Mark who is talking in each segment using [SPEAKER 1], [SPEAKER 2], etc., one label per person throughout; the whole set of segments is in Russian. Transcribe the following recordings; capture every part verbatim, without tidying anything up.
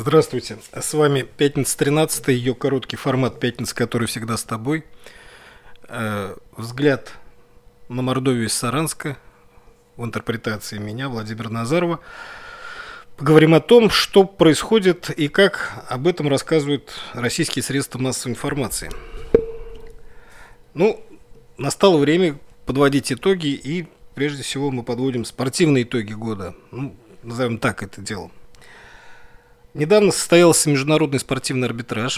[SPEAKER 1] Здравствуйте, с вами Пятница тринадцатая, ее короткий формат «Пятница, который всегда с тобой». Э, взгляд на Мордовию из Саранска в интерпретации меня, Владимира Назарова. Поговорим о том, что происходит и как об этом рассказывают российские средства массовой информации. Ну, настало время подводить итоги, и прежде всего мы подводим спортивные итоги года. Ну, назовем так это дело. Недавно состоялся международный спортивный арбитраж,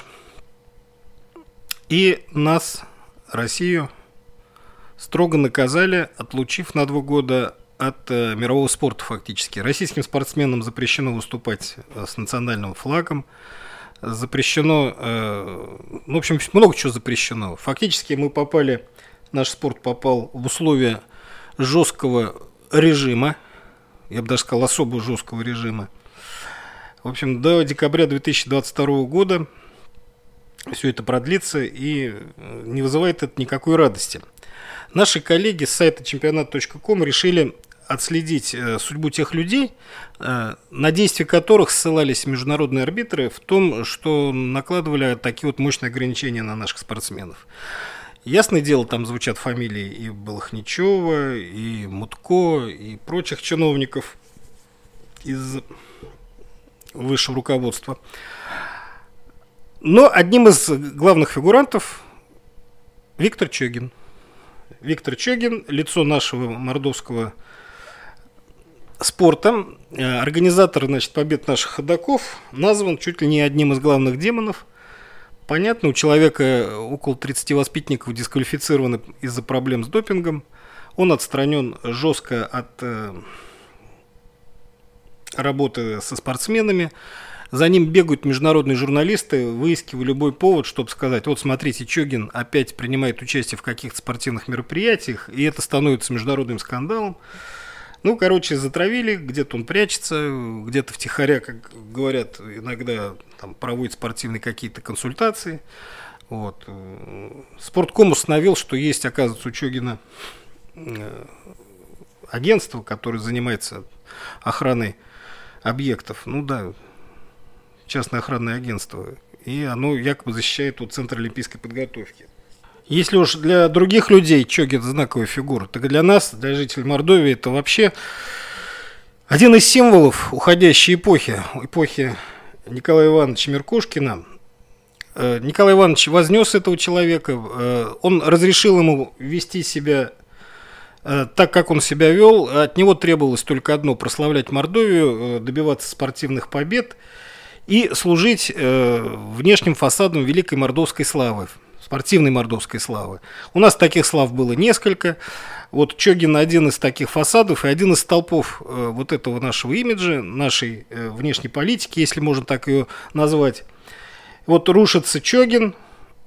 [SPEAKER 1] и нас, Россию, строго наказали, отлучив на два года от э, мирового спорта фактически. Российским спортсменам запрещено выступать э, с национальным флагом, запрещено, э, ну, в общем, много чего запрещено. Фактически мы попали, наш спорт попал в условия жесткого режима, я бы даже сказал, особо жесткого режима. В общем, до декабря две тысячи двадцать второго года все это продлится, и не вызывает это никакой радости. Наши коллеги с сайта чемпионат точка ком решили отследить судьбу тех людей, на действия которых ссылались международные арбитры в том, что накладывали такие вот мощные ограничения на наших спортсменов. Ясное дело, там звучат фамилии и Балахничева, и Мутко, и прочих чиновников из высшего руководства. Но одним из главных фигурантов Виктор Чогин. Виктор Чогин, лицо нашего мордовского спорта, организатор, значит, побед наших ходоков, назван чуть ли не одним из главных демонов. Понятно, у человека около тридцати воспитанников дисквалифицированы из-за проблем с допингом. Он отстранен жестко от э, работы со спортсменами. За ним бегают международные журналисты, выискивая любой повод, чтобы сказать: вот смотрите, Чогин опять принимает участие в каких-то спортивных мероприятиях, и это становится международным скандалом. Ну, короче, затравили, где-то он прячется, где-то втихаря, как говорят, иногда там проводит спортивные какие-то консультации. Вот. Спортком установил, что есть, оказывается, у Чогина агентство, которое занимается охраной объектов. Ну да, частное охранное агентство. И оно якобы защищает вот Центр олимпийской подготовки. Если уж для других людей Чогин знаковая фигура, так для нас, для жителей Мордовии, это вообще один из символов уходящей эпохи, эпохи Николая Ивановича Меркушкина. Николай Иванович вознес этого человека, он разрешил ему вести себя так, как он себя вел. От него требовалось только одно: прославлять Мордовию, добиваться спортивных побед и служить внешним фасадом великой мордовской славы, спортивной мордовской славы. У нас таких слав было несколько. Вот Чогин один из таких фасадов и один из столпов э, вот этого нашего имиджа, нашей э, внешней политики, если можно так ее назвать. Вот рушится Чогин,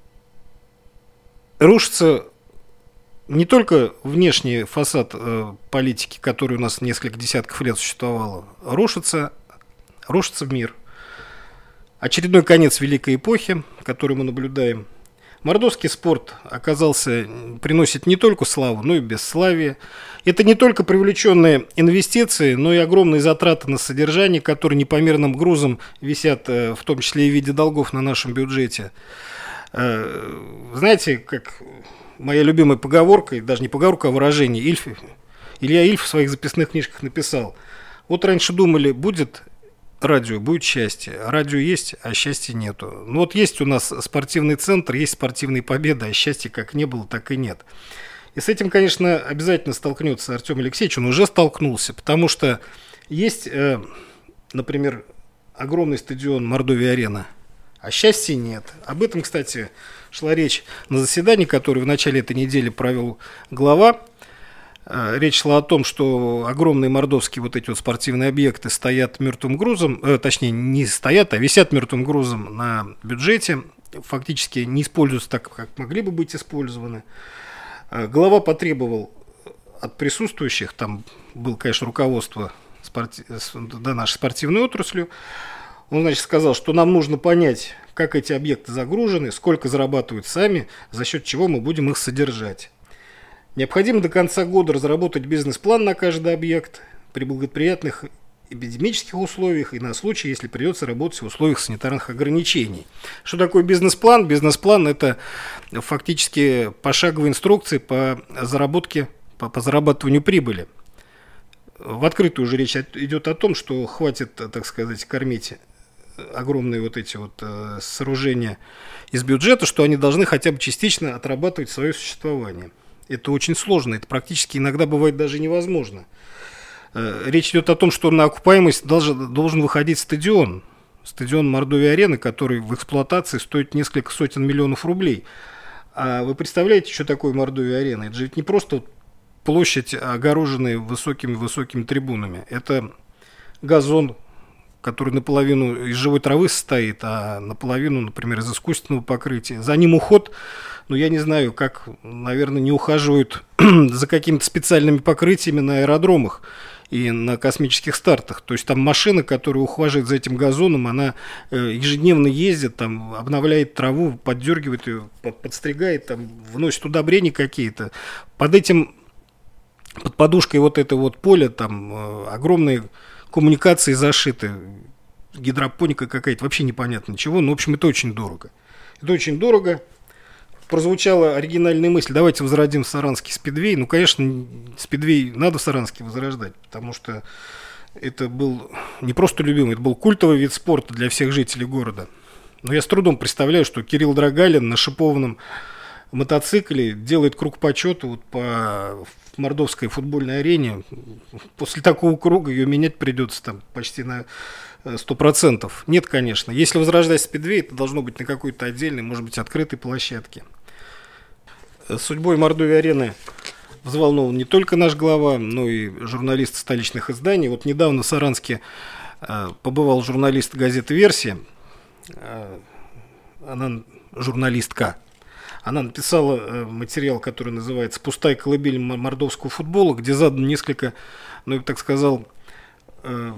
[SPEAKER 1] рушится не только внешний фасад э, политики, который у нас несколько десятков лет существовало, рушится, рушится мир. Очередной конец великой эпохи, которую мы наблюдаем. Мордовский спорт оказался, приносит не только славу, но и бесславие. Это не только привлеченные инвестиции, но и огромные затраты на содержание, которые непомерным грузом висят, в том числе и в виде долгов на нашем бюджете. Знаете, как моя любимая поговорка, и даже не поговорка, а выражение, Ильф, Илья Ильф в своих записных книжках написал: вот раньше думали, будет радио, будет счастье. Радио есть, а счастья нету. Ну вот есть у нас спортивный центр, есть спортивные победы, а счастья как не было, так и нет. И с этим, конечно, обязательно столкнется Артем Алексеевич, он уже столкнулся, потому что есть, например, огромный стадион Мордовия-Арена, а счастья нет. Об этом, кстати, шла речь на заседании, которое в начале этой недели провел глава. Речь шла о том, что огромные мордовские вот эти вот спортивные объекты стоят мертвым грузом, э, точнее не стоят, а висят мертвым грузом на бюджете, фактически не используются так, как могли бы быть использованы. Глава потребовал от присутствующих, там было, конечно, руководство спорти... да, нашей спортивной отраслью, он, значит, сказал, что нам нужно понять, как эти объекты загружены, сколько зарабатывают сами, за счет чего мы будем их содержать. Необходимо до конца года разработать бизнес-план на каждый объект. При благоприятных эпидемических условиях и на случай, если придется работать в условиях санитарных ограничений. Что такое бизнес-план? Бизнес-план – это фактически пошаговые инструкции по заработке, по, по зарабатыванию прибыли. В открытую уже речь идет о том, что хватит, так сказать, кормить огромные вот эти вот э, сооружения из бюджета, что они должны хотя бы частично отрабатывать свое существование. Это очень сложно, это практически иногда бывает даже невозможно. Речь идет о том, что на окупаемость должен, должен выходить стадион. Стадион Мордовия-Арена, который в эксплуатации стоит несколько сотен миллионов рублей. А вы представляете, что такое Мордовия-Арена? Это же ведь не просто площадь, огороженная высокими-высокими трибунами. Это газон, который наполовину из живой травы состоит, а наполовину, например, из искусственного покрытия. За ним уход, ну, я не знаю, как, наверное, не ухаживают за какими-то специальными покрытиями на аэродромах и на космических стартах. То есть там машина, которая ухаживает за этим газоном, она ежедневно ездит, там, обновляет траву, поддергивает ее, подстригает, там, вносит удобрения какие-то. Под этим, под подушкой вот это вот поле, там огромные коммуникации зашиты, гидропоника какая-то, вообще непонятно чего. Но, в общем, это очень дорого. Это очень дорого. Прозвучала оригинальная мысль: давайте возродим саранский спидвей. Ну, конечно, спидвей надо в Саранске возрождать, потому что это был не просто любимый, это был культовый вид спорта для всех жителей города. Но я с трудом представляю, что Кирилл Драгалин на шипованном мотоцикле делает круг почета вот по мордовской футбольной арене. После такого круга ее менять придется там почти на сто процентов. Нет, конечно. Если возрождать спидвей, это должно быть на какой-то отдельной, может быть, открытой площадке. Судьбой Мордовия-Арены взволнован не только наш глава, но и журналисты столичных изданий. Вот недавно в Саранске э, побывал журналист газеты «Версия». Э, она журналистка. Она написала э, материал, который называется «Пустая колыбель мордовского футбола», где задано несколько, ну, я бы так сказал, э,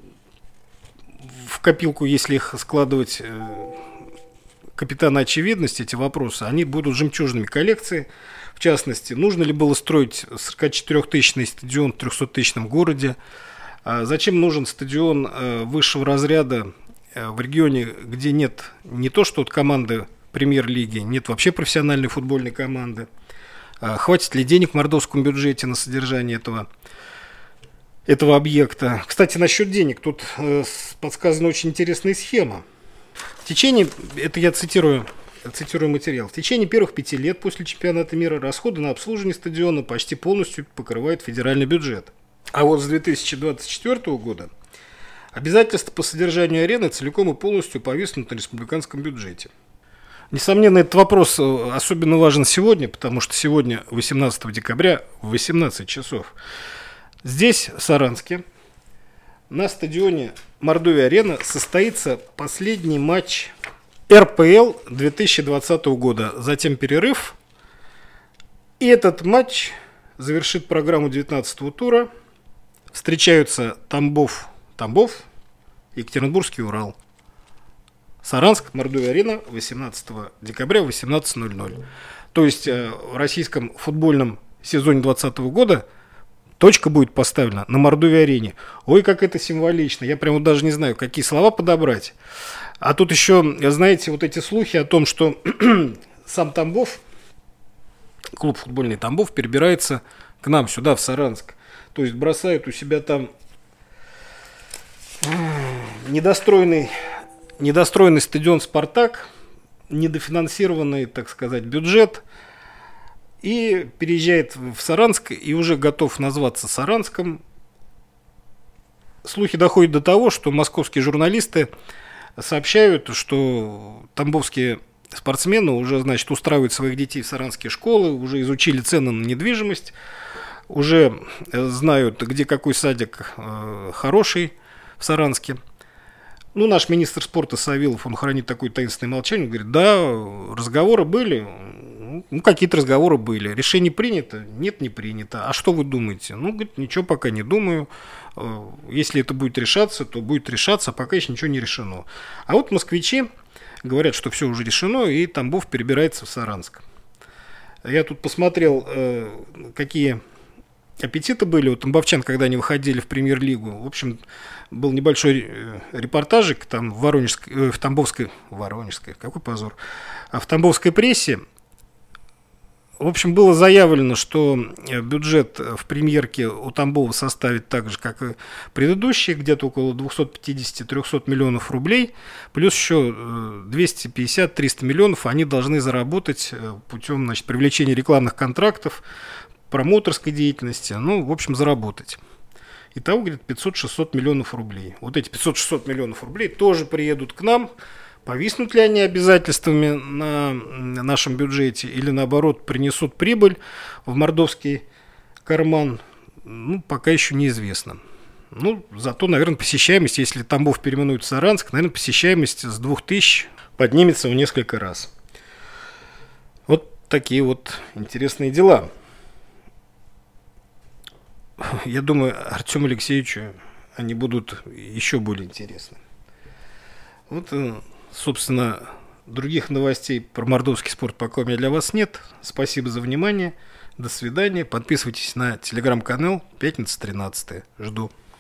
[SPEAKER 1] в копилку, если их складывать, э, капитана очевидности, эти вопросы, они будут жемчужными коллекции. В частности, нужно ли было строить сорокачетырёхтысячный стадион в трехсоттысячном городе? А зачем нужен стадион э, высшего разряда э, в регионе, где нет не то что от команды премьер-лиги, нет вообще профессиональной футбольной команды? А хватит ли денег в мордовском бюджете на содержание этого, этого объекта? Кстати, насчет денег. Тут э, подсказана очень интересная схема. В течение, это я цитирую, цитирую материал, в течение первых пяти лет после чемпионата мира расходы на обслуживание стадиона почти полностью покрывает федеральный бюджет. А вот с две тысячи двадцать четвёртого года обязательства по содержанию арены целиком и полностью повиснут на республиканском бюджете. Несомненно, этот вопрос особенно важен сегодня, потому что сегодня, восемнадцатого декабря, в восемнадцать часов, здесь, в Саранске, на стадионе Мордовия-Арена состоится последний матч эр пэ эл две тысячи двадцатого года. Затем перерыв. И этот матч завершит программу девятнадцатого тура. Встречаются Тамбов, Тамбов, Екатеринбургский Урал. Саранск, Мордовия-Арена, восемнадцатого декабря в восемнадцать ноль ноль. То есть в российском футбольном сезоне двадцатого года точка будет поставлена на Мордовия-Арене. Ой, как это символично. Я прямо даже не знаю, какие слова подобрать. А тут еще, знаете, вот эти слухи о том, что сам Тамбов, клуб футбольный Тамбов, перебирается к нам сюда, в Саранск. То есть бросают у себя там недостроенный, недостроенный стадион «Спартак», недофинансированный, так сказать, бюджет, и переезжает в Саранск и уже готов назваться Саранском. Слухи доходят до того, что московские журналисты сообщают, что тамбовские спортсмены уже, значит, устраивают своих детей в саранские школы, уже изучили цены на недвижимость, уже знают, где какой садик э, хороший в Саранске. Ну, наш министр спорта Савилов, он хранит такое таинственное молчание, говорит: да, разговоры были, ну, какие-то разговоры были, решение принято, нет, не принято. А что вы думаете? Ну, говорит, ничего пока не думаю. Если это будет решаться, то будет решаться, а пока еще ничего не решено. А вот москвичи говорят, что все уже решено, и Тамбов перебирается в Саранск. Я тут посмотрел, какие аппетиты были у тамбовчан, когда они выходили в премьер-лигу. В общем, был небольшой репортажик там в Воронежской, в Тамбовской, Воронежской, какой позор, в тамбовской прессе. В общем, было заявлено, что бюджет в премьерке у Тамбова составит так же, как и предыдущий, где-то около двести пятьдесят - триста миллионов рублей, плюс еще двести пятьдесят - триста миллионов они должны заработать путем, значит, привлечения рекламных контрактов, промоторской деятельности, ну, в общем, заработать. Итого, где-то пятьсот - шестьсот миллионов рублей. Вот эти пятьсот - шестьсот миллионов рублей тоже приедут к нам. Повиснут ли они обязательствами на нашем бюджете или, наоборот, принесут прибыль в мордовский карман, ну, пока еще неизвестно. Ну, зато, наверное, посещаемость, если Тамбов переименуют в Саранск, наверное, посещаемость с двух тысяч поднимется в несколько раз. Вот такие вот интересные дела. Я думаю, Артему Алексеевичу они будут еще более интересны. Вот, собственно, других новостей про мордовский спорт пока у меня для вас нет. Спасибо за внимание. До свидания. Подписывайтесь на телеграм-канал «Пятница тринадцатое». Жду.